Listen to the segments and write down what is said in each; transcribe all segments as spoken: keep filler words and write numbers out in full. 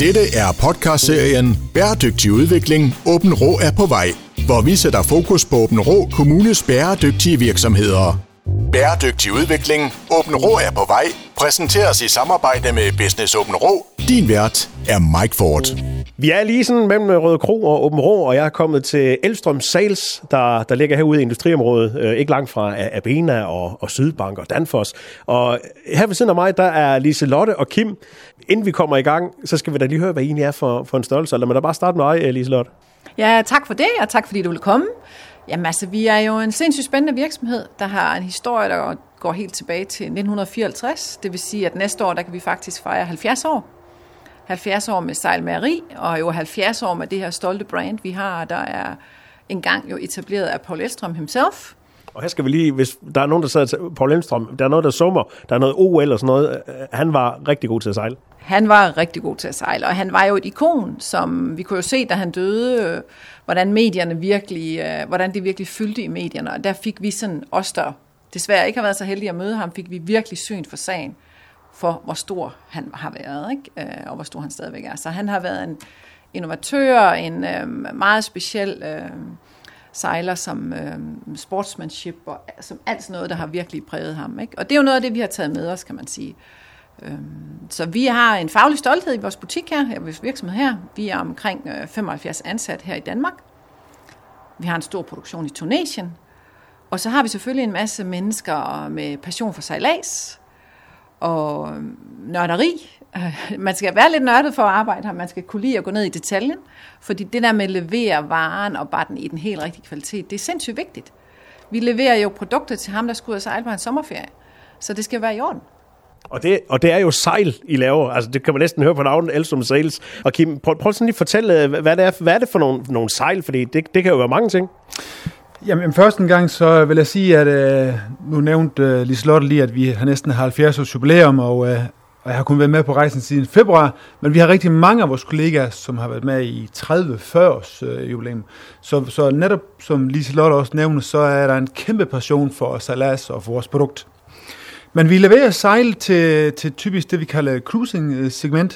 Dette er podcastserien Bæredygtig udvikling. Aabenraa er på vej, hvor vi sætter fokus på Aabenraa Kommunes bæredygtige virksomheder. Bæredygtig udvikling. Aabenraa er på vej. Præsenteres i samarbejde med Business Aabenraa. Din vært er Mike Ford. Vi er lige sådan mellem Røde Kro og Aabenraa, og jeg er kommet til Elstrøm Sales, der, der ligger herude i industriområdet, øh, ikke langt fra Abena og, og Sydbank og Danfoss. Og her ved siden af mig, der er Liselotte og Kim. Inden vi kommer i gang, så skal vi da lige høre, hvad I egentlig er for, for en størrelse. Lad mig da bare starte med dig, Liselotte. Ja, tak for det, og tak fordi du vil komme. Jamen altså, vi er jo en sindssygt spændende virksomhed, der har en historie, der går helt tilbage til nitten fireoghalvtreds. Det vil sige, at næste år, der kan vi faktisk fejre halvfjerds år. halvfjerds år med sejlmageri, og jo halvfjerds år med det her stolte brand, vi har, der er engang jo etableret af Paul Elvstrøm himself. Og her skal vi lige, hvis der er nogen, der sidder til Paul Elvstrøm, der er noget, der summer, der er noget O L og sådan noget, han var rigtig god til at sejle. Han var rigtig god til at sejle, og han var jo et ikon, som vi kunne jo se, da han døde, hvordan medierne virkelig, hvordan det virkelig fyldte i medierne, og der fik vi sådan, os der desværre ikke har været så heldige at møde ham, fik vi virkelig syn for sagen, for hvor stor han har været, ikke? Og hvor stor han stadigvæk er. Så han har været en innovatør, en øh, meget speciel øh, sejler som øh, sportsmanship, og som alt sådan noget, der har virkelig præget ham, ikke? Og det er jo noget af det, vi har taget med os, kan man sige. Så vi har en faglig stolthed i vores butik her, i vores virksomhed her. Vi er omkring femoghalvfjerds ansat her i Danmark. Vi har en stor produktion i Tunesien. Og så har vi selvfølgelig en masse mennesker med passion for sejlads og nørderi. Man skal være lidt nørdet for at arbejde her. Man skal kunne lide at gå ned i detaljen. Fordi det der med at levere varen og bare den i den helt rigtige kvalitet, det er sindssygt vigtigt. Vi leverer jo produkter til ham, der skal ud og sejle på en sommerferie. Så det skal være i orden. Og det, og det er jo sejl, I laver. Altså, det kan man næsten høre på navnet, Elstrøm Sales. Og Kim, prøv, prøv sådan lige at fortælle, hvad det er, hvad er det for nogle, nogle sejl? Fordi det, det kan jo være mange ting. Jamen, først en gang, så vil jeg sige, at øh, nu nævnte øh, Liselotte lige, at vi har næsten halvfjerds års jubilæum, og, øh, og jeg har kun været med på rejsen siden februar, men vi har rigtig mange af vores kollegaer, som har været med i tredive fyrre års øh, jubilæum. Så, så netop, som Liselotte også nævnte, så er der en kæmpe passion for sejlads og for vores produkt. Men vi leverer sejl til, til typisk det, vi kalder cruising-segment.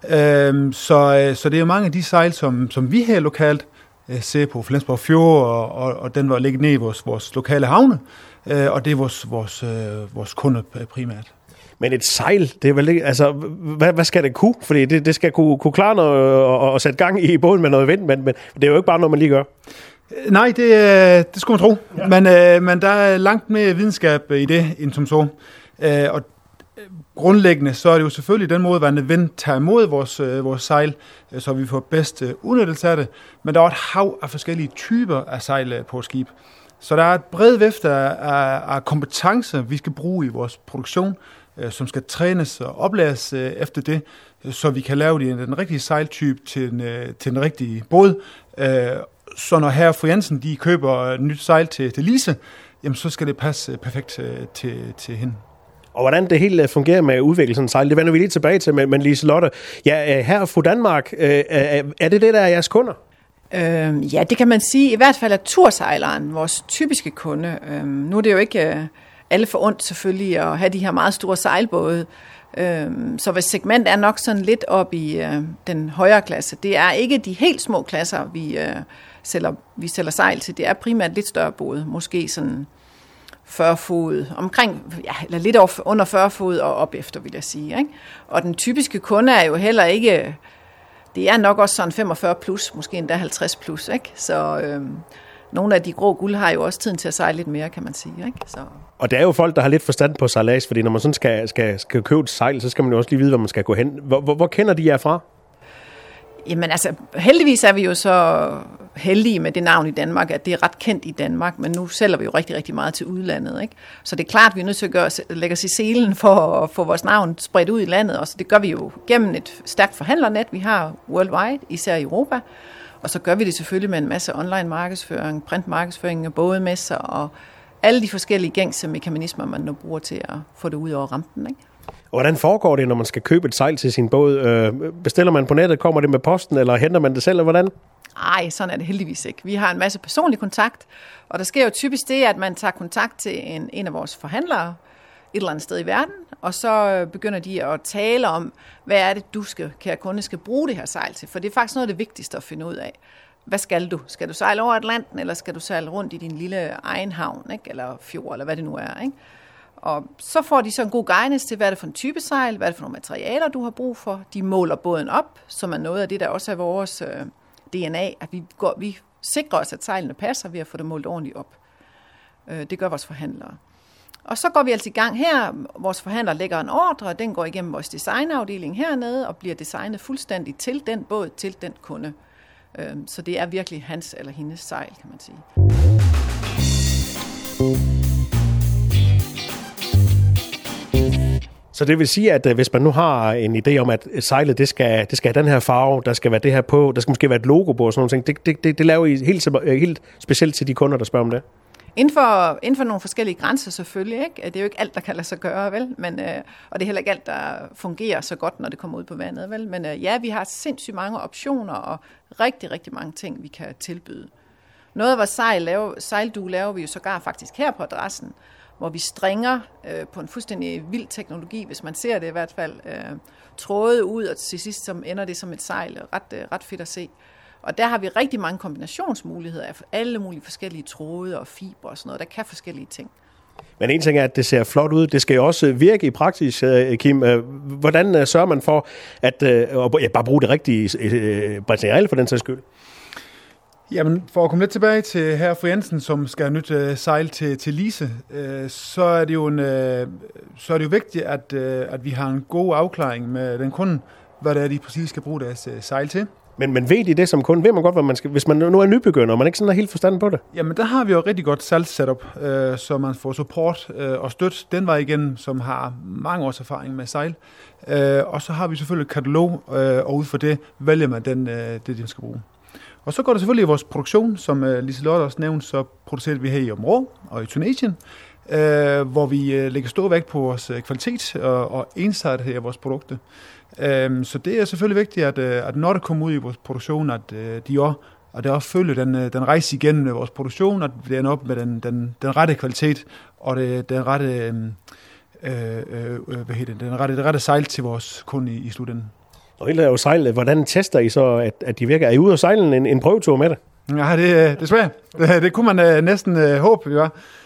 Øhm, så, så det er jo mange af de sejl, som, som vi her lokalt øh, ser på Flensborg Fjord, og, og, og den var ligget ned i vores, vores lokale havne. Øh, og det er vores, vores, øh, vores kunder primært. Men et sejl, det er vel ikke, altså, hvad, hvad skal det kunne? Fordi det, det skal kunne, kunne klare noget og, og sætte gang i båden med noget vind, men, men det er jo ikke bare noget, man lige gør. Nej, det, det skulle man tro. Ja. Men, øh, men der er langt mere videnskab i det, end som så. Øh, og grundlæggende, så er det jo selvfølgelig den måde, hvordan vind tager imod vores, øh, vores sejl, øh, så vi får bedst øh, udnyttelse af det. Men der er et hav af forskellige typer af sejl på et skib. Så der er et bredt vifte af, af kompetencer, vi skal bruge i vores produktion, øh, som skal trænes og oplæres øh, efter det, øh, så vi kan lave den, den rigtige sejltype til den, øh, til den rigtige båd. Øh, Så når herre fru Jensen, de køber et nyt sejl til, til Lise, jamen så skal det passe perfekt til, til hende. Og hvordan det hele fungerer med at udvikle sådan en sejl, det vender vi lige tilbage til, men, men Liselotte, ja, her fru Danmark, er det det, der er jeres kunder? Øhm, ja, det kan man sige. I hvert fald er tursejleren vores typiske kunde. Øhm, nu er det jo ikke øh, alle for ondt selvfølgelig at have de her meget store sejlbåde. Øhm, så hvis segment er nok sådan lidt op i øh, den højere klasse. Det er ikke de helt små klasser, vi, øh, sælger, vi sælger sejl til. Det er primært lidt større både. Måske sådan fyrre fod, omkring, ja, eller lidt under fyrre fod og op efter, vil jeg sige. Ikke? Og den typiske kunde er jo heller ikke, det er nok også sådan femogfyrre plus, måske endda halvtreds plus. Ikke? Så øh, nogle af de grå guld har jo også tiden til at sejle lidt mere, kan man sige. Ikke? Så. Og det er jo folk, der har lidt forstand på sejlads, fordi når man sådan skal, skal, skal købe et sejl, så skal man jo også lige vide, hvor man skal gå hen. Hvor, hvor, hvor kender de jer fra? Jamen altså, heldigvis er vi jo så heldige med det navn i Danmark, at det er ret kendt i Danmark, men nu sælger vi jo rigtig, rigtig meget til udlandet, ikke? Så det er klart, at vi er nødt til at gøre, lægge os i selen for at få vores navn spredt ud i landet, og så det gør vi jo gennem et stærkt forhandlernet, vi har worldwide, især i Europa, og så gør vi det selvfølgelig med en masse online markedsføring, printmarkedsføring, bådemesser og alle de forskellige gængse mekanismer, man nu bruger til at få det ud over rampen, ikke? Og hvordan foregår det, når man skal købe et sejl til sin båd? Bestiller man på nettet, kommer det med posten, eller henter man det selv, eller hvordan? Nej, sådan er det heldigvis ikke. Vi har en masse personlig kontakt, og der sker jo typisk det, at man tager kontakt til en, en af vores forhandlere, eller andet sted i verden, og så begynder de at tale om, hvad er det, du skal, kære kunde, skal bruge det her sejl til. For det er faktisk noget af det vigtigste at finde ud af. Hvad skal du? Skal du sejle over Atlanten, eller skal du sejle rundt i din lille egen havn, ikke? Eller fjord, eller hvad det nu er, ikke? Og så får de så en god guidance til, hvad er det for en type sejl, hvad er det for nogle materialer, du har brug for. De måler båden op, som er noget af det, der også er vores øh, D N A, at vi, går, vi sikrer os, at sejlene passer ved at få det målt ordentligt op. Øh, det gør vores forhandlere. Og så går vi altså i gang her. Vores forhandler lægger en ordre, og den går igennem vores designafdeling hernede, og bliver designet fuldstændig til den båd, til den kunde. Øh, så det er virkelig hans eller hendes sejl, kan man sige. Så det vil sige, at hvis man nu har en idé om, at sejlet det skal, det skal have den her farve, der skal være det her på, der skal måske være et logo på og sådan nogle ting, det, det, det, det laver I helt, helt specielt til de kunder, der spørger om det? Inden for, inden for nogle forskellige grænser selvfølgelig, ikke? Det er jo ikke alt, der kan lade sig gøre, vel? Men, øh, og det er heller ikke alt, der fungerer så godt, når det kommer ud på vandet, vel? Men øh, ja, vi har sindssygt mange optioner og rigtig, rigtig mange ting, vi kan tilbyde. Noget af vores sejl lave, sejldue laver vi jo sågar faktisk her på adressen, hvor vi stringer øh, på en fuldstændig vild teknologi, hvis man ser det i hvert fald, øh, tråde ud, og til sidst som ender det som et sejl. Ret, øh, ret fedt at se. Og der har vi rigtig mange kombinationsmuligheder af alle mulige forskellige tråde og fibre og sådan noget. Der kan forskellige ting. Men en ting er, at det ser flot ud. Det skal jo også virke i praksis, Kim. Hvordan sørger man for at ja, bare bruge det rigtige materiale for den sags skyld? Jamen, for at komme lidt tilbage til herre Fri Jensen, som skal have nyt uh, sejl til, til Lise, uh, så, er det jo en, uh, så er det jo vigtigt, at, uh, at vi har en god afklaring med den kunde, hvad det er, de præcis skal bruge deres uh, sejl til. Men, men ved de det som kunde? Ved man godt, hvad man skal, hvis man nu er nybegynder, og man ikke sådan er helt forstand på det? Jamen, der har vi jo et rigtig godt salgssetup, uh, så man får support uh, og støtte den vej igen, som har mange års erfaring med sejl. Uh, og så har vi selvfølgelig et katalog, uh, og ud for det vælger man den, uh, det, de skal bruge. Og så går det selvfølgelig i vores produktion, som uh, Liselotte også nævnte, så producerer vi her i Aabenraa og i Tunesien, uh, hvor vi uh, lægger stor vægt på vores uh, kvalitet og, og ensartethed af vores produkter. Uh, så det er selvfølgelig vigtigt, at, uh, at når det kommer ud i vores produktion, at uh, de også, at det også følger den, uh, den rejse igennem vores produktion, at det ender op med den, den, den rette kvalitet og det, den rette, um, uh, uh, hvad hedder det, den rette, det rette sejl til vores kunde i, i slutenden. Og helt er jo sejl. Hvordan tester I så, at, at de virker? Er I ude og sejle en, en prøvetur med det? Ja, det, det er svært. Det, det kunne man uh, næsten uh, håbe, vi var.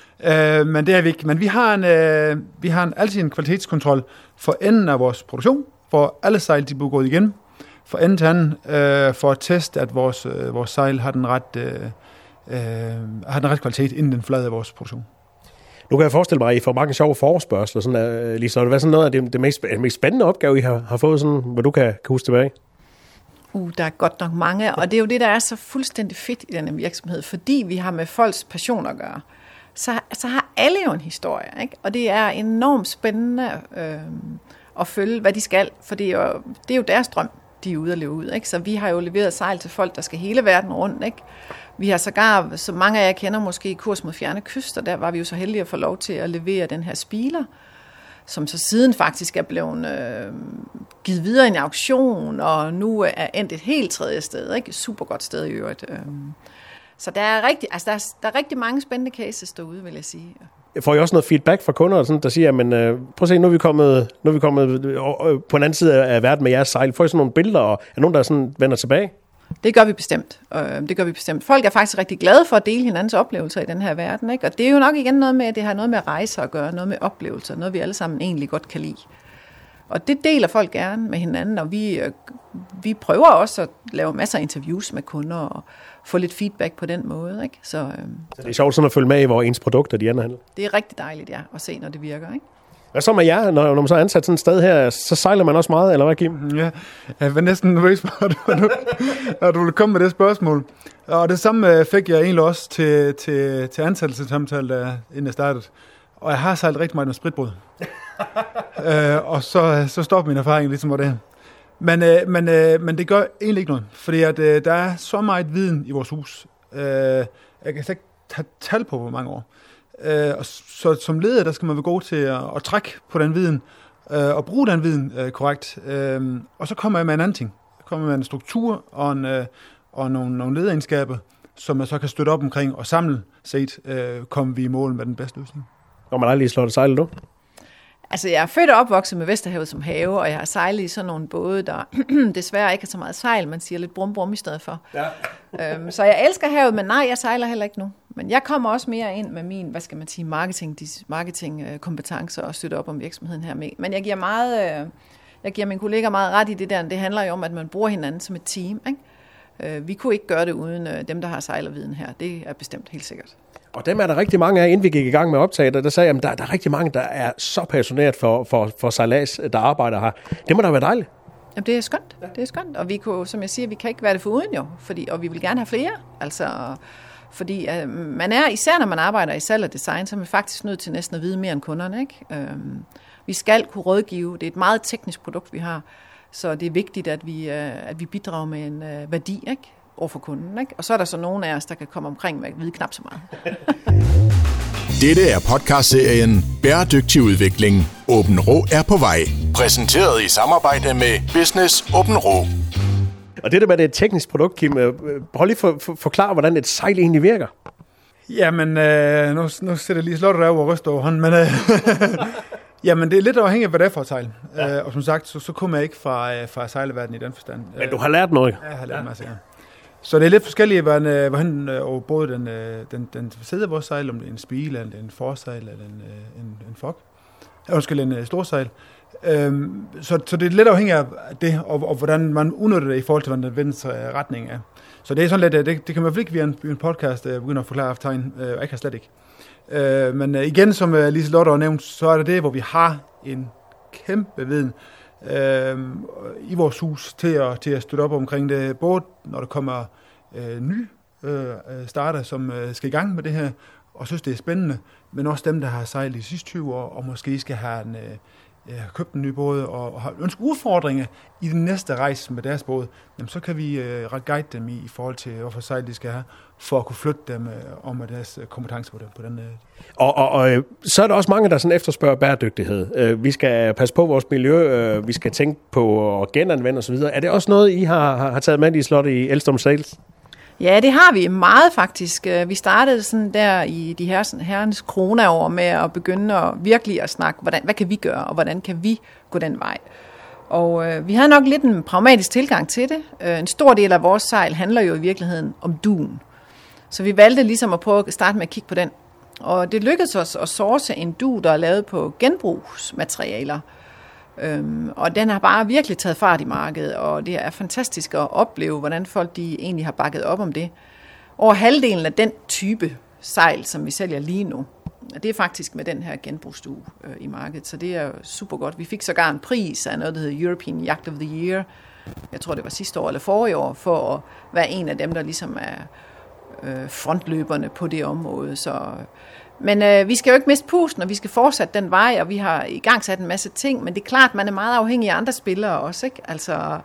Uh, men det er vi ikke. Men vi har, en, uh, vi har en, altid en kvalitetskontrol for enden af vores produktion, for alle sejl, de bliver gået igen, for enden til anden, uh, for at teste, at vores, uh, vores sejl har den, ret, uh, uh, har den ret kvalitet inden den flade af vores produktion. Nu kan jeg forestille mig, at I får mange sjove forespørgsler. Sådan, uh, Lise, hvad er sådan noget af det, det mest, mest spændende opgave, I har, har fået, sådan, hvor du kan, kan huske tilbage? Uh, der er godt nok mange, og det er jo det, der er så fuldstændig fedt i denne virksomhed, fordi vi har med folks passion at gøre. Så, så har alle jo en historie, ikke? Og det er enormt spændende øh, at følge, hvad de skal, for det er, jo, det er jo deres drøm, de er ude at leve ud, ikke? Så vi har jo leveret sejl til folk, der skal hele verden rundt, ikke? Vi har sågar, som mange af jer kender måske, Kurs mod fjerne kyster, der var vi jo så heldige at få lov til at levere den her spiler, som så siden faktisk er blevet øh, givet videre i en auktion, og nu er endt et helt tredje sted, ikke? Super godt sted i øvrigt. Øh. Så der er, rigtig, altså der, er, der er rigtig mange spændende cases derude, vil jeg sige. Får I også noget feedback fra kunder, sådan, der siger, men øh, prøv at se, nu er vi kommet, nu er vi kommet øh, på den anden side af verden med jeres sejl. Får I sådan nogle billeder, og er nogen, der sådan vender tilbage? Det gør vi bestemt. Det gør vi bestemt. Folk er faktisk rigtig glade for at dele hinandens oplevelser i den her verden, ikke? Og det er jo nok igen noget med, at det har noget med rejser at gøre, noget med oplevelser, noget vi alle sammen egentlig godt kan lide. Og det deler folk gerne med hinanden, og vi, vi prøver også at lave masser af interviews med kunder og få lidt feedback på den måde, ikke? Så, øhm, så det er sjovt sådan at følge med i, hvor ens produkter de andre handler. Det er rigtig dejligt, ja, at se, når det virker, ikke? Hvad så med jer, når, når man så er ansat sådan et sted her, så sejler man også meget, eller hvad, Kim? Ja, jeg var næsten nervøs for, at du, at du ville komme med det spørgsmål. Og det samme fik jeg egentlig også til, til, til ansættelsessamtale, inden jeg startede. Og jeg har sejlet rigtig meget med spritbåd. øh, og så, så stopper min erfaring ligesom hvor det er. Men, øh, men, øh, men det gør egentlig ikke noget, fordi at, øh, der er så meget viden i vores hus. Øh, jeg kan slet ikke tage tal på, hvor mange år. Øh, og så som leder, der skal man være god til at, at trække på den viden, øh, og bruge den viden øh, korrekt. Øh, og så kommer jeg med en anden ting. Jeg kommer med en struktur og, en, øh, og nogle, nogle lederegenskaber, som jeg så kan støtte op omkring, og samlet set øh, kommer vi i mål med den bedste løsning. Når man aldrig slår det sejl, du? Altså, jeg er født og opvokset med Vesterhavet som have, og jeg har sejlet i sådan nogle både, der desværre ikke har så meget sejl, man siger lidt brum-brum i stedet for. Ja. øhm, så jeg elsker havet, men nej, jeg sejler heller ikke nu. Men jeg kommer også mere ind med min, hvad skal man sige, marketing, marketingkompetencer og støtter op om virksomheden her med. Men jeg giver meget, øh, jeg giver mine kolleger meget ret i det der. Det handler jo om, at man bruger hinanden som et team, ikke? Øh, vi kunne ikke gøre det uden øh, dem, der har sejlerviden her. Det er bestemt helt sikkert. Og dem er der rigtig mange af, inden vi gik i gang med optaget, der sagde, at der, der er rigtig mange, der er så passioneret for, for, for sejlads, der arbejder her. Det må da være dejligt. Jamen, det er skønt. Det er skønt. Og vi kunne, som jeg siger, vi kan ikke være det foruden jo, fordi, og vi vil gerne have flere. Altså, fordi øh, man er, især når man arbejder i salg og design, så er man faktisk nødt til næsten at vide mere end kunderne, ikke? Øh, vi skal kunne rådgive. Det er et meget teknisk produkt, vi har, så det er vigtigt, at vi, øh, at vi bidrager med en øh, værdi, ikke? Over for kunden, ikke? Og så er der så nogle af os, der kan komme omkring med at vide knap så meget. Dette er podcastserien Bæredygtig udvikling. Åben Rå er på vej. Præsenteret i samarbejde med Business Åben Rå. Og det der med det teknisk produkt, Kim, prøv lige for, for, forklare, hvordan et sejl egentlig virker. Jamen, øh, nu, nu sætter jeg lige slået der over og ryster over hånden, men øh, jamen, det er lidt afhængigt af, hvad det er for et sejl. Ja. Øh, og som sagt, så, så kommer jeg ikke fra, fra sejleverdenen i den forstand. Men du har lært noget. Ja, jeg har lært ja. masser, ja. Så det er lidt forskelligt, hvordan og både den, den, den sidder vores sejl, om det er en spil, eller en forsejl, eller en, en, en fok, undskyld, en storsejl. Øhm, så, så det er lidt afhængigt af det, og, og hvordan man udnytter det i forhold til, hvordan den vindens retning er. Så det er sådan lidt, det, det kan man i hvert fald ikke via en, en podcast begynde at forklare tegn, og jeg kan slet ikke. Øh, men igen, som Lise Lotte har nævnt, så er det det, hvor vi har en kæmpe viden øh, i vores hus til at, til at støtte op omkring det, både når der kommer øh, nye øh, starter, som øh, skal i gang med det her, og synes, det er spændende, men også dem, der har sejlet de sidste tyve år, og måske skal have en, øh, købt en ny båd, og, og har ønsket udfordringer i den næste rejse med deres båd, jamen, så kan vi øh, guide dem i, i forhold til, hvorfor sejl de skal have, for at kunne flytte dem øh, om med deres kompetencer på den. På den øh. Og, og, og så er der også mange, der sådan efterspørger bæredygtighed. Øh, vi skal passe på vores miljø, øh, vi skal tænke på at genanvende osv. Er det også noget, I har, har taget med i slottet i Elstrøm Sales? Ja, det har vi meget faktisk. Vi startede sådan der i de her sådan, herrens coronaår med at begynde at virkelig at snakke, hvordan, hvad kan vi gøre, og hvordan kan vi gå den vej. Og øh, vi havde nok lidt en pragmatisk tilgang til det. Øh, en stor del af vores sejl handler jo i virkeligheden om duen. Så vi valgte ligesom at prøve at starte med at kigge på den. Og det lykkedes os at source en dug, der er lavet på genbrugsmaterialer. Øhm, og den har bare virkelig taget fart i markedet, og det er fantastisk at opleve, hvordan folk de egentlig har bakket op om det. Over halvdelen af den type sejl, som vi sælger lige nu, det er faktisk med den her genbrugsdue øh, i markedet, så det er super godt. Vi fik sågar en pris af noget, der hedder European Yacht of the Year, jeg tror det var sidste år eller forrige år, for at være en af dem, der ligesom er øh, frontløberne på det område. Så, men øh, vi skal jo ikke miste pusten, og vi skal fortsætte den vej, og vi har i gang sat en masse ting, men det er klart, man er meget afhængig af andre spillere også, ikke? Altså,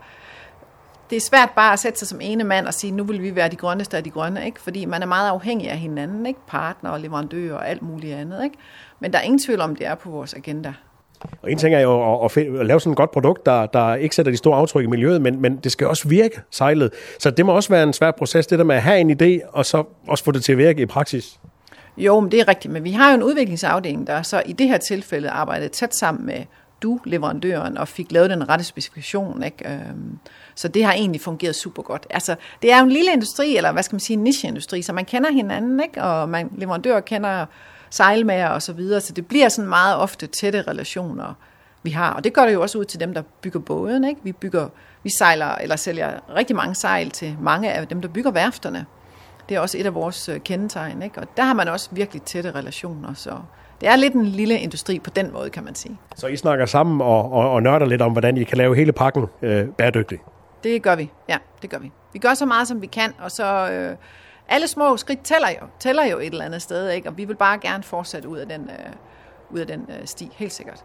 det er svært bare at sætte sig som ene mand og sige, nu vil vi være de grønneste af de grønne, ikke? Fordi man er meget afhængig af hinanden, ikke? Partner og leverandører og alt muligt andet, ikke? Men der er ingen tvivl om, det er på vores agenda. Og en ting er jo at, at, at lave sådan et godt produkt, der, der ikke sætter de store aftryk i miljøet, men, men det skal også virke, sejlet. Så det må også være en svær proces, det der med at have en idé, og så også få det til at virke i praksis. Jo, men det er rigtigt, men vi har jo en udviklingsafdeling, der så i det her tilfælde arbejdede tæt sammen med du, leverandøren, og fik lavet den rette specifikation, ikke? Så det har egentlig fungeret super godt. Altså, det er jo en lille industri, eller hvad skal man sige, en nicheindustri, så man kender hinanden, ikke? Og man, leverandører kender sejlmager og så videre, så det bliver sådan meget ofte tætte relationer, vi har. Og det gør det jo også ud til dem, der bygger båden, ikke? Vi bygger, vi sejler, eller sælger rigtig mange sejl til mange af dem, der bygger værfterne. Det er også et af vores kendetegn, ikke? Og der har man også virkelig tætte relationer, så det er lidt en lille industri på den måde, kan man sige. Så I snakker sammen og, og, og nørder lidt om, hvordan I kan lave hele pakken øh, bæredygtig? Det gør vi, ja, det gør vi. Vi gør så meget, som vi kan, og så øh, alle små skridt tæller jo, tæller jo et eller andet sted, ikke? Og vi vil bare gerne fortsætte ud af den, øh, ud af den øh, sti, helt sikkert.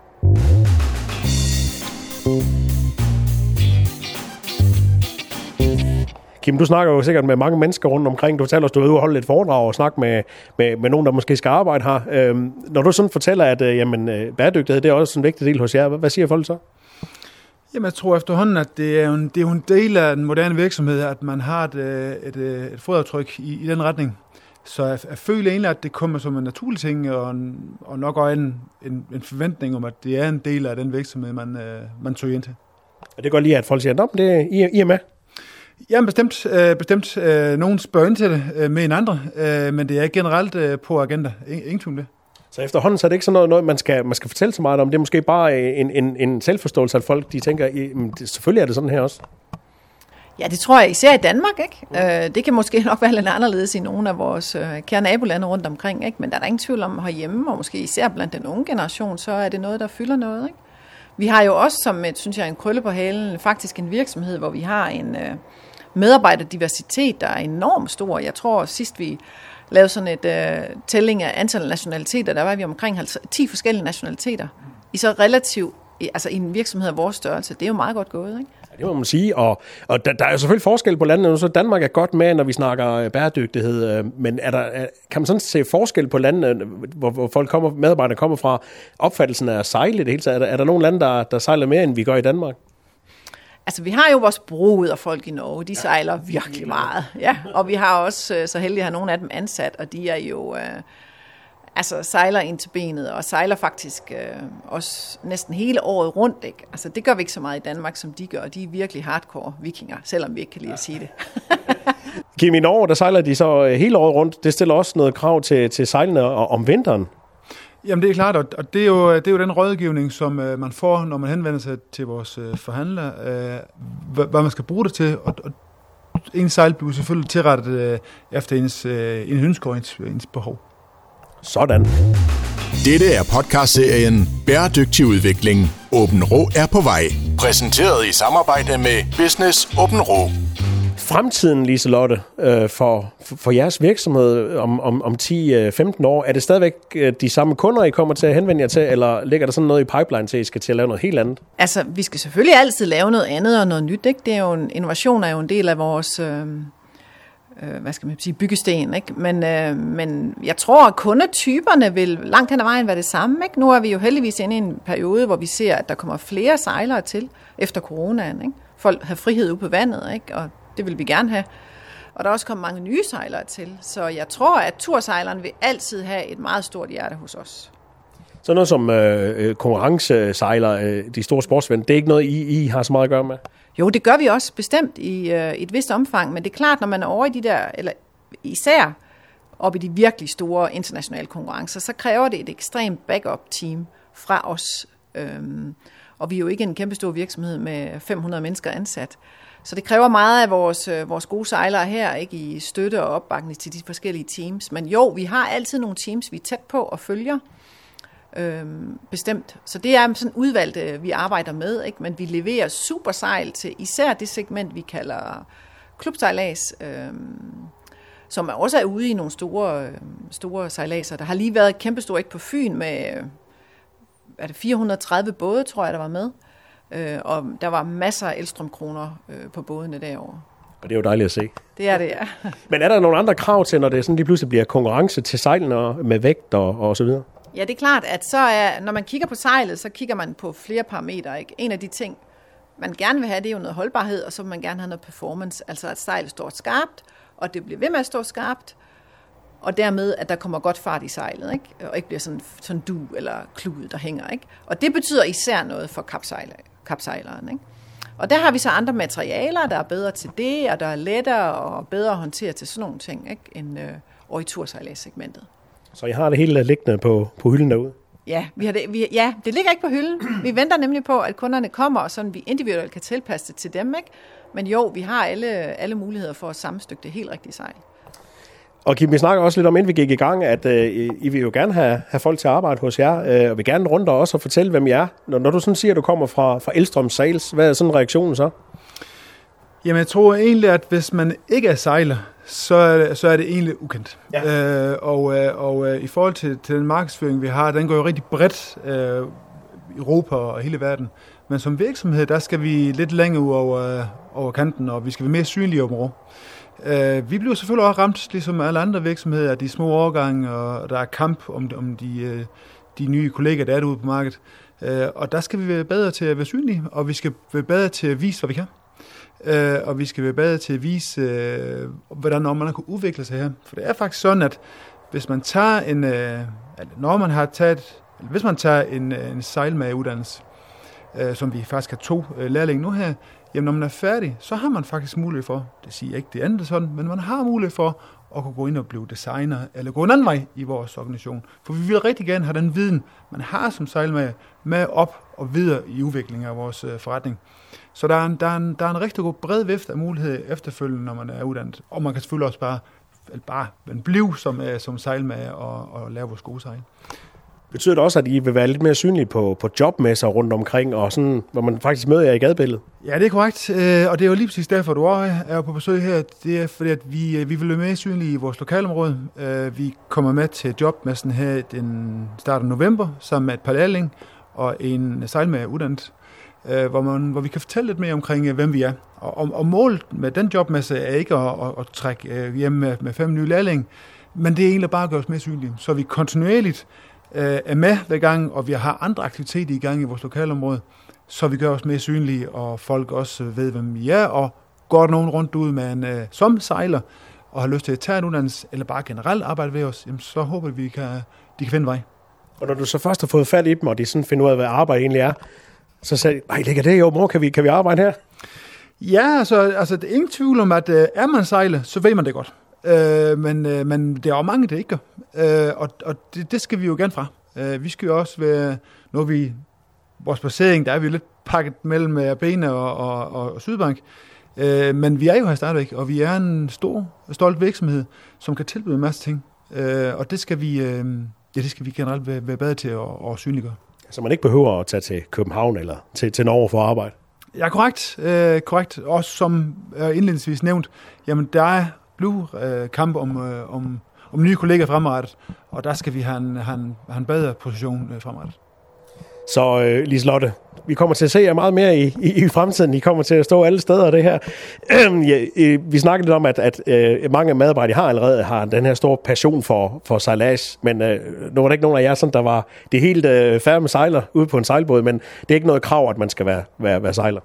Kim, du snakker jo sikkert med mange mennesker rundt omkring. Du fortæller os, du er ude og holde lidt foredrag og snakke med, med, med nogen, der måske skal arbejde her. Øhm, når du sådan fortæller, at øh, jamen, bæredygtighed det er også en vigtig del hos jer, hvad siger folk så? Jamen, jeg tror efterhånden, at det er, en, det er jo en del af den moderne virksomhed, at man har et, et, et, et fodaftryk i, i den retning. Så jeg, jeg føler egentlig, at det kommer som en naturlig ting, og, en, og nok også en, en, en forventning om, at det er en del af den virksomhed, man, øh, man søger ind til. Og det går lige, at folk siger, at det er I, I er med. Jamen bestemt. Øh, bestemt. Øh, nogen spørger ind til det øh, mere end andre, øh, men det er generelt øh, på agenda. Ingen tvivl det. Så efterhånden så er det ikke sådan noget, noget man, skal, man skal fortælle så meget om. Det er måske bare en, en, en selvforståelse, at folk de tænker, selvfølgelig er det sådan her også. Ja, det tror jeg især i Danmark, ikke? Mm. Øh, det kan måske nok være lidt anderledes i nogle af vores øh, kære nabolande rundt omkring, ikke? Men der er der ingen tvivl om herhjemme, og måske især blandt den unge generation, så er det noget, der fylder noget, ikke? Vi har jo også, som et, synes jeg, en krølle på halen, faktisk en virksomhed, hvor vi har en øh, medarbejderdiversitet, der er enormt stor. Jeg tror, sidst vi lavede sådan et øh, tælling af antal nationaliteter, der var vi omkring ti forskellige nationaliteter, i så relativt, altså i en virksomhed af vores størrelse. Det er jo meget godt gået, ikke? Det må man sige, og, og der, der er jo selvfølgelig forskel på landene, så Danmark er godt med, når vi snakker bæredygtighed, men er der, kan man sådan se forskel på landene, hvor, hvor folk kommer, medarbejdere kommer fra, opfattelsen af at sejle det hele taget? Er der, er der nogle lande, der, der sejler mere, end vi gør i Danmark? Altså, vi har jo vores broderfolk i Norge, de sejler virkelig meget, ja, og vi har også så heldige at have nogle af dem ansat, og de er jo... Øh, Altså sejler ind til benet, og sejler faktisk øh, også næsten hele året rundt, ikke? Altså det gør vi ikke så meget i Danmark, som de gør, og de er virkelig hardcore vikinger, selvom vi ikke kan lide at sige det. Kim, i Norge, der sejler de så hele året rundt. Det stiller også noget krav til, til sejlene om vinteren. Jamen det er klart, og det er jo, det er jo den rådgivning, som øh, man får, når man henvender sig til vores øh, forhandlere, øh, hvad, hvad man skal bruge det til, og, og ens sejl bliver selvfølgelig tilrettet øh, efter ens, øh, ens ønsker og ens, ens behov. Sådan. Dette er podcastserien Bæredygtig udvikling. Åben Rå er på vej. Præsenteret i samarbejde med Business Åben Rå. Fremtiden, Liselotte, for, for jeres virksomhed om, om, om ti til femten år, er det stadigvæk de samme kunder, I kommer til at henvende jer til, eller ligger der sådan noget i pipeline til, at I skal til at lave noget helt andet? Altså, vi skal selvfølgelig altid lave noget andet og noget nyt, ikke? Det er jo en, innovation er jo en del af vores... Øh hvad skal man sige, byggesten, ikke? Men, øh, men jeg tror, at kundetyperne vil langt hen ad vejen være det samme, ikke? Nu er vi jo heldigvis inde i en periode, hvor vi ser, at der kommer flere sejlere til efter coronaen, ikke? Folk har frihed ude på vandet, ikke? Og det vil vi gerne have. Og der er også kommet mange nye sejlere til, så jeg tror, at tursejleren vil altid have et meget stort hjerte hos os. Så noget som øh, konkurrencesejlere, øh, de store sportsvand, det er ikke noget, I, I har så meget at gøre med? Jo, det gør vi også bestemt i øh, et vist omfang, men det er klart, når man er over i de der, eller især op i de virkelig store internationale konkurrencer, så kræver det et ekstremt backup-team fra os. Øhm, og vi er jo ikke en kæmpe stor virksomhed med fem hundrede mennesker ansat. Så det kræver meget af vores, øh, vores gode sejlere her, ikke, i støtte og opbakning til de forskellige teams. Men jo, vi har altid nogle teams, vi er tæt på og følger. Øhm, bestemt. Så det er sådan udvalgt, vi arbejder med, ikke? Men vi leverer super sejl til især det segment, vi kalder klubsejlads, øhm, som også er ude i nogle store, store sejladser. Der har lige været et kæmpestort ikke på Fyn med er det fire hundrede og tredive både, tror jeg, der var med. Øh, og der var masser af Elstrøm-kroner øh, på bådene derovre. Og det er jo dejligt at se. Det er det, ja. Men er der nogle andre krav til, når det sådan lige pludselig bliver konkurrence til sejlene med vægt og, og så videre? Ja, det er klart, at så er, når man kigger på sejlet, så kigger man på flere parametre, ikke? En af de ting, man gerne vil have, det er jo noget holdbarhed, og så vil man gerne have noget performance, altså at sejlet står skarpt, og det bliver ved med at stå skarpt, og dermed, at der kommer godt fart i sejlet, ikke? Og ikke bliver sådan, sådan du eller klud, der hænger, ikke? Og det betyder især noget for kapsejleren, ikke? Og der har vi så andre materialer, der er bedre til det, og der er lettere og bedre at håndtere til sådan nogle ting, ikke? End øh, over i tursejladssegmentet. Så I har det hele liggende på, på hylden derude? Ja, vi har det, vi, ja, det ligger ikke på hylden. Vi venter nemlig på, at kunderne kommer, og sådan vi individuelt kan tilpasse det til dem, ikke? Men jo, vi har alle, alle muligheder for at sammenstykke det helt rigtige sejl. Og Kim, vi snakker også lidt om, inden vi gik i gang, at øh, I vil jo gerne have, have folk til at arbejde hos jer, øh, og vil gerne rundt og også og fortælle, hvem I er. Når, når du sådan siger, at du kommer fra, fra Elstrøm Sales, hvad er sådan reaktionen så? Jamen, jeg tror egentlig, at hvis man ikke er sejler, så er det, så er det egentlig ukendt. Ja. Øh, og øh, og øh, i forhold til, til den markedsføring, vi har, den går jo rigtig bredt øh, i Europa og hele verden. Men som virksomhed, der skal vi lidt længere ud over, over kanten, og vi skal være mere synlige om året. Uh, vi bliver selvfølgelig også ramt, ligesom alle andre virksomheder, af de små årgange, og der er kamp om, om de, uh, de nye kolleger, der er derude på markedet. Uh, og der skal vi være bedre til at være synlige, og vi skal være bedre til at vise, hvad vi kan. øh, og vi skal være bedre til at vise, øh, hvordan man kan udvikle sig her. For det er faktisk sådan, at hvis man tager en, øh, når man har taget, hvis man tager en, en sejlmageruddannelse, øh, som vi faktisk har to øh, lærlinge nu her, jamen når man er færdig, så har man faktisk mulighed for, det siger ikke det andet sådan, men man har mulighed for at kunne gå ind og blive designer, eller gå en anden vej i vores organisation. For vi vil rigtig gerne have den viden, man har som sejlmager, med op og videre i udviklingen af vores øh, forretning. Så der er, en, der, er en, der er en rigtig god bred vift af muligheder efterfølgende, når man er uddannet. Og man kan selvfølgelig også bare, bare blive som, øh, som sejlmager og, og lave vores gode sejl. Betyder det også, at I vil være lidt mere synlige på, på jobmesser rundt omkring, og sådan, hvor man faktisk møder jer i gadebilledet? Ja, det er korrekt, og det er jo lige præcis derfor, du er på besøg her. Det er fordi, at vi, vi vil være mere synlige i vores lokalområde. Vi kommer med til jobmessen her den start af november, sammen med et par lærlinge og en sejlmager uddannet, hvor, man, hvor vi kan fortælle lidt mere omkring, hvem vi er. Og, og målet med den jobmesse er ikke at, at, at trække hjem med, med fem nye lærlinge, men det er egentlig bare at gøre os mere synlige, så vi kontinuerligt er med hver gang, og vi har andre aktiviteter i gang i vores lokalområde, så vi gør os mere synlige, og folk også ved, hvem vi er, og går nogen rundt ud med en uh, som sejler, og har lyst til at tage en uddannelse, eller bare generelt arbejde ved os, jamen, så håber vi, kan, de kan finde vej. Og når du så først har fået fat i dem, og de sådan finder ud af, hvad arbejde egentlig er, så sagde de, nej, ligger det jo, mor, kan vi, kan vi arbejde her? Ja, altså, altså det er ingen tvivl om, at uh, er man sejler, så ved man det godt. Øh, men, øh, men det er jo mange, der ikke gør. Øh, og og det, det skal vi jo gerne fra. Øh, vi skal jo også være, når vi, vores placering, der er vi lidt pakket mellem A B N og, og, og, og Sydbank. Øh, men vi er jo her stadigvæk, og vi er en stor, stolt virksomhed, som kan tilbyde en masse ting. Øh, og det skal vi, øh, ja, det skal vi generelt være, være bedre til at, at synliggøre. Så man ikke behøver at tage til København eller til, til Norge for at arbejde? Ja, korrekt. Øh, korrekt. Også som indledningsvis nævnt, jamen der er Blue øh, kamp om, øh, om, om nye kolleger fremadrettet, og der skal vi have en, have en, have en bedre position øh, fremadrettet. Så øh, Liselotte, vi kommer til at se jer meget mere i, i, i fremtiden. I kommer til at stå alle steder det her. ja, øh, vi snakkede lidt om, at, at øh, mange medarbejdere har allerede har den her store passion for, for sejlads, men øh, nu var der ikke nogen af jer, sådan, der var det helt øh, færre med sejler ude på en sejlbåd, men det er ikke noget krav, at man skal være, være, være sejler.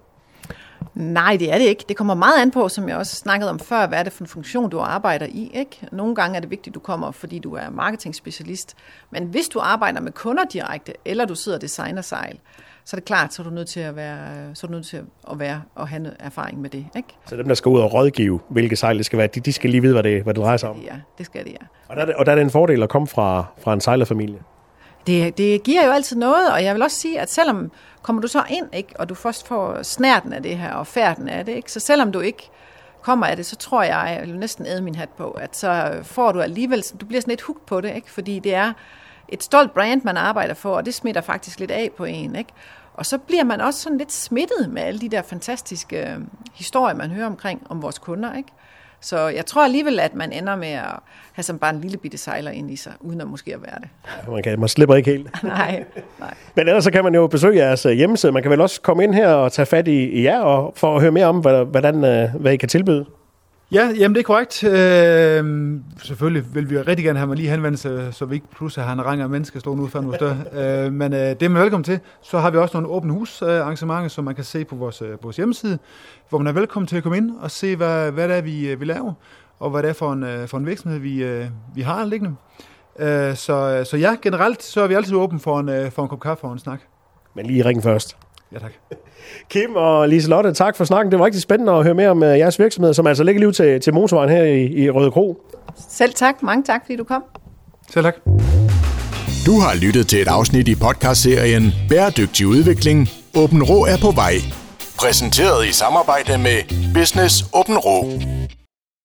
Nej, det er det ikke. Det kommer meget an på, som jeg også snakkede om før, hvad er det for en funktion, du arbejder i, ikke? Nogle gange er det vigtigt, at du kommer, fordi du er marketingspecialist. Men hvis du arbejder med kunder direkte, eller du sidder og designer sejl, så er det klart, så er du nødt til at være, så er du nødt til at være og have noget erfaring med det, ikke? Så dem, der skal ud og rådgive, hvilke sejl det skal være, de, de skal lige vide, hvad det, hvad det drejer sig om? Ja, det skal det, ja. Og der, og der er det en fordel at komme fra, fra en sejlerfamilie? Det, det giver jo altid noget, og jeg vil også sige, at selvom kommer du så ind, ikke, og du først får snærten af det her, og færden af det, ikke, så selvom du ikke kommer af det, så tror jeg, jeg vil næsten æde min hat på, at så får du alligevel, du bliver sådan lidt hooked på det, ikke, fordi det er et stolt brand, man arbejder for, og det smitter faktisk lidt af på en, ikke. Og så bliver man også sådan lidt smittet med alle de der fantastiske øh, historier, man hører omkring om vores kunder, ikke. Så jeg tror alligevel, at man ender med at have som bare en lille bitte sejler ind i sig, uden at måske at være det. Ja, man, kan, man slipper ikke helt. nej, nej. Men ellers så kan man jo besøge jeres hjemmeside. Man kan vel også komme ind her og tage fat i, i jer, og for at høre mere om, hvordan, hvad I kan tilbyde. Ja, jamen det er korrekt. Øh, selvfølgelig vil vi rigtig gerne have mig lige henvendelse, så vi ikke pludselig har en rang af mennesker stående ude for vores dør. øh, men øh, det er man velkommen til. Så har vi også nogle åbne hus arrangementer, som man kan se på vores, vores hjemmeside, hvor man er velkommen til at komme ind og se, hvad, hvad det er, vi, vi laver, og hvad det er for en, for en virksomhed, vi, vi har liggende. Øh, så, så ja, generelt så er vi altid åbne for en, for en kop kaffe og en snak. Men lige ring først. Ja, tak. Kim og Liselotte, tak for snakken. Det var rigtig spændende at høre mere om jeres virksomhed, som altså ligger lige ud til, til motorvejen her i, i Røde Kro. Selv tak. Mange tak, fordi du kom. Selv tak. Du har lyttet til et afsnit i podcastserien Bæredygtig udvikling. Åben Rå er på vej. Præsenteret i samarbejde med Business Åben Rå.